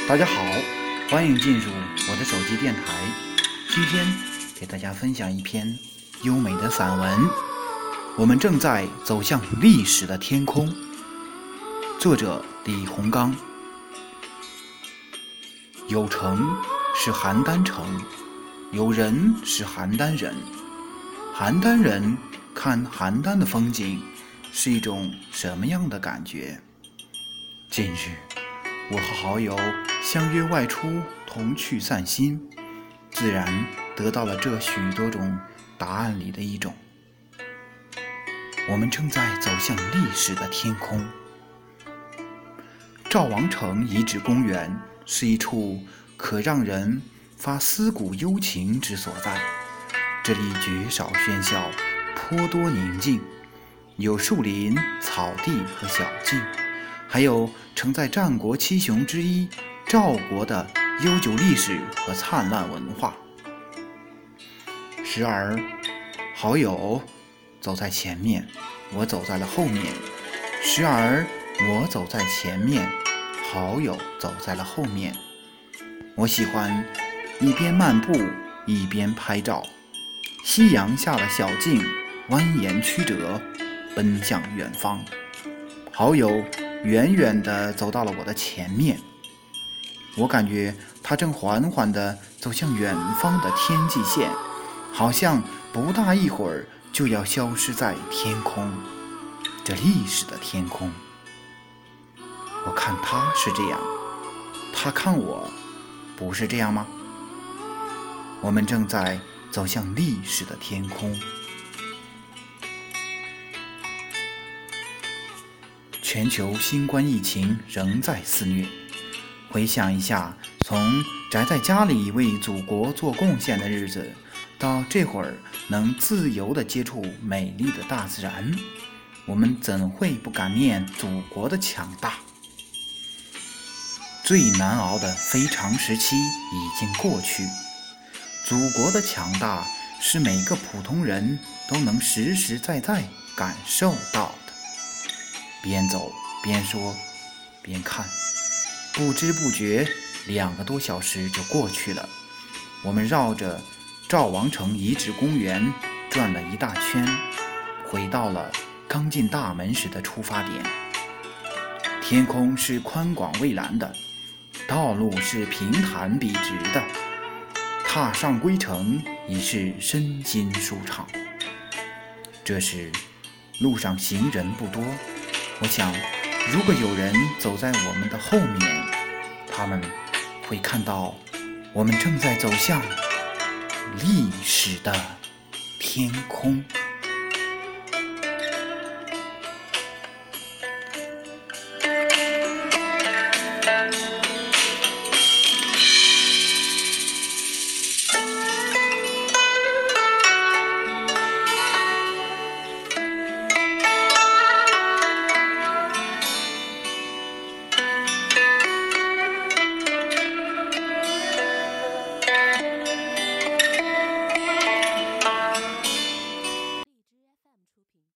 大家好，欢迎进入我的手机电台。今天给大家分享一篇优美的散文。我们正在走向历史的天空。作者李洪刚。有城是邯郸城，有人是邯郸人。邯郸人看邯郸的风景是一种什么样的感觉？近日我和好友相约外出同去散心，自然得到了这许多种答案里的一种。我们正在走向历史的天空。赵王城遗址公园是一处可让人发思古幽情之所在，这里绝少喧嚣，颇多宁静，有树林、草地和小径，还有承载战国七雄之一赵国的悠久历史和灿烂文化。时而好友走在前面，我走在了后面；时而我走在前面，好友走在了后面。我喜欢一边漫步一边拍照，夕阳下的小径蜿蜒曲折，奔向远方。好友远远地走到了我的前面，我感觉他正缓缓地走向远方的天际线，好像不大一会儿就要消失在天空，这历史的天空。我看他是这样，他看我不是这样吗？我们正在走向历史的天空。全球新冠疫情仍在肆虐，回想一下，从宅在家里为祖国做贡献的日子，到这会儿能自由地接触美丽的大自然，我们怎会不感念祖国的强大？最难熬的非常时期已经过去，祖国的强大是每个普通人都能实实在在感受到的。边走边说边看，不知不觉2个多小时就过去了。我们绕着赵王城遗址公园转了一大圈，回到了刚进大门时的出发点。天空是宽广蔚蓝的，道路是平坦笔直的，踏上归程已是身心舒畅。这时路上行人不多，我想如果有人走在我们的后面，他们会看到我们正在走向历史的天空。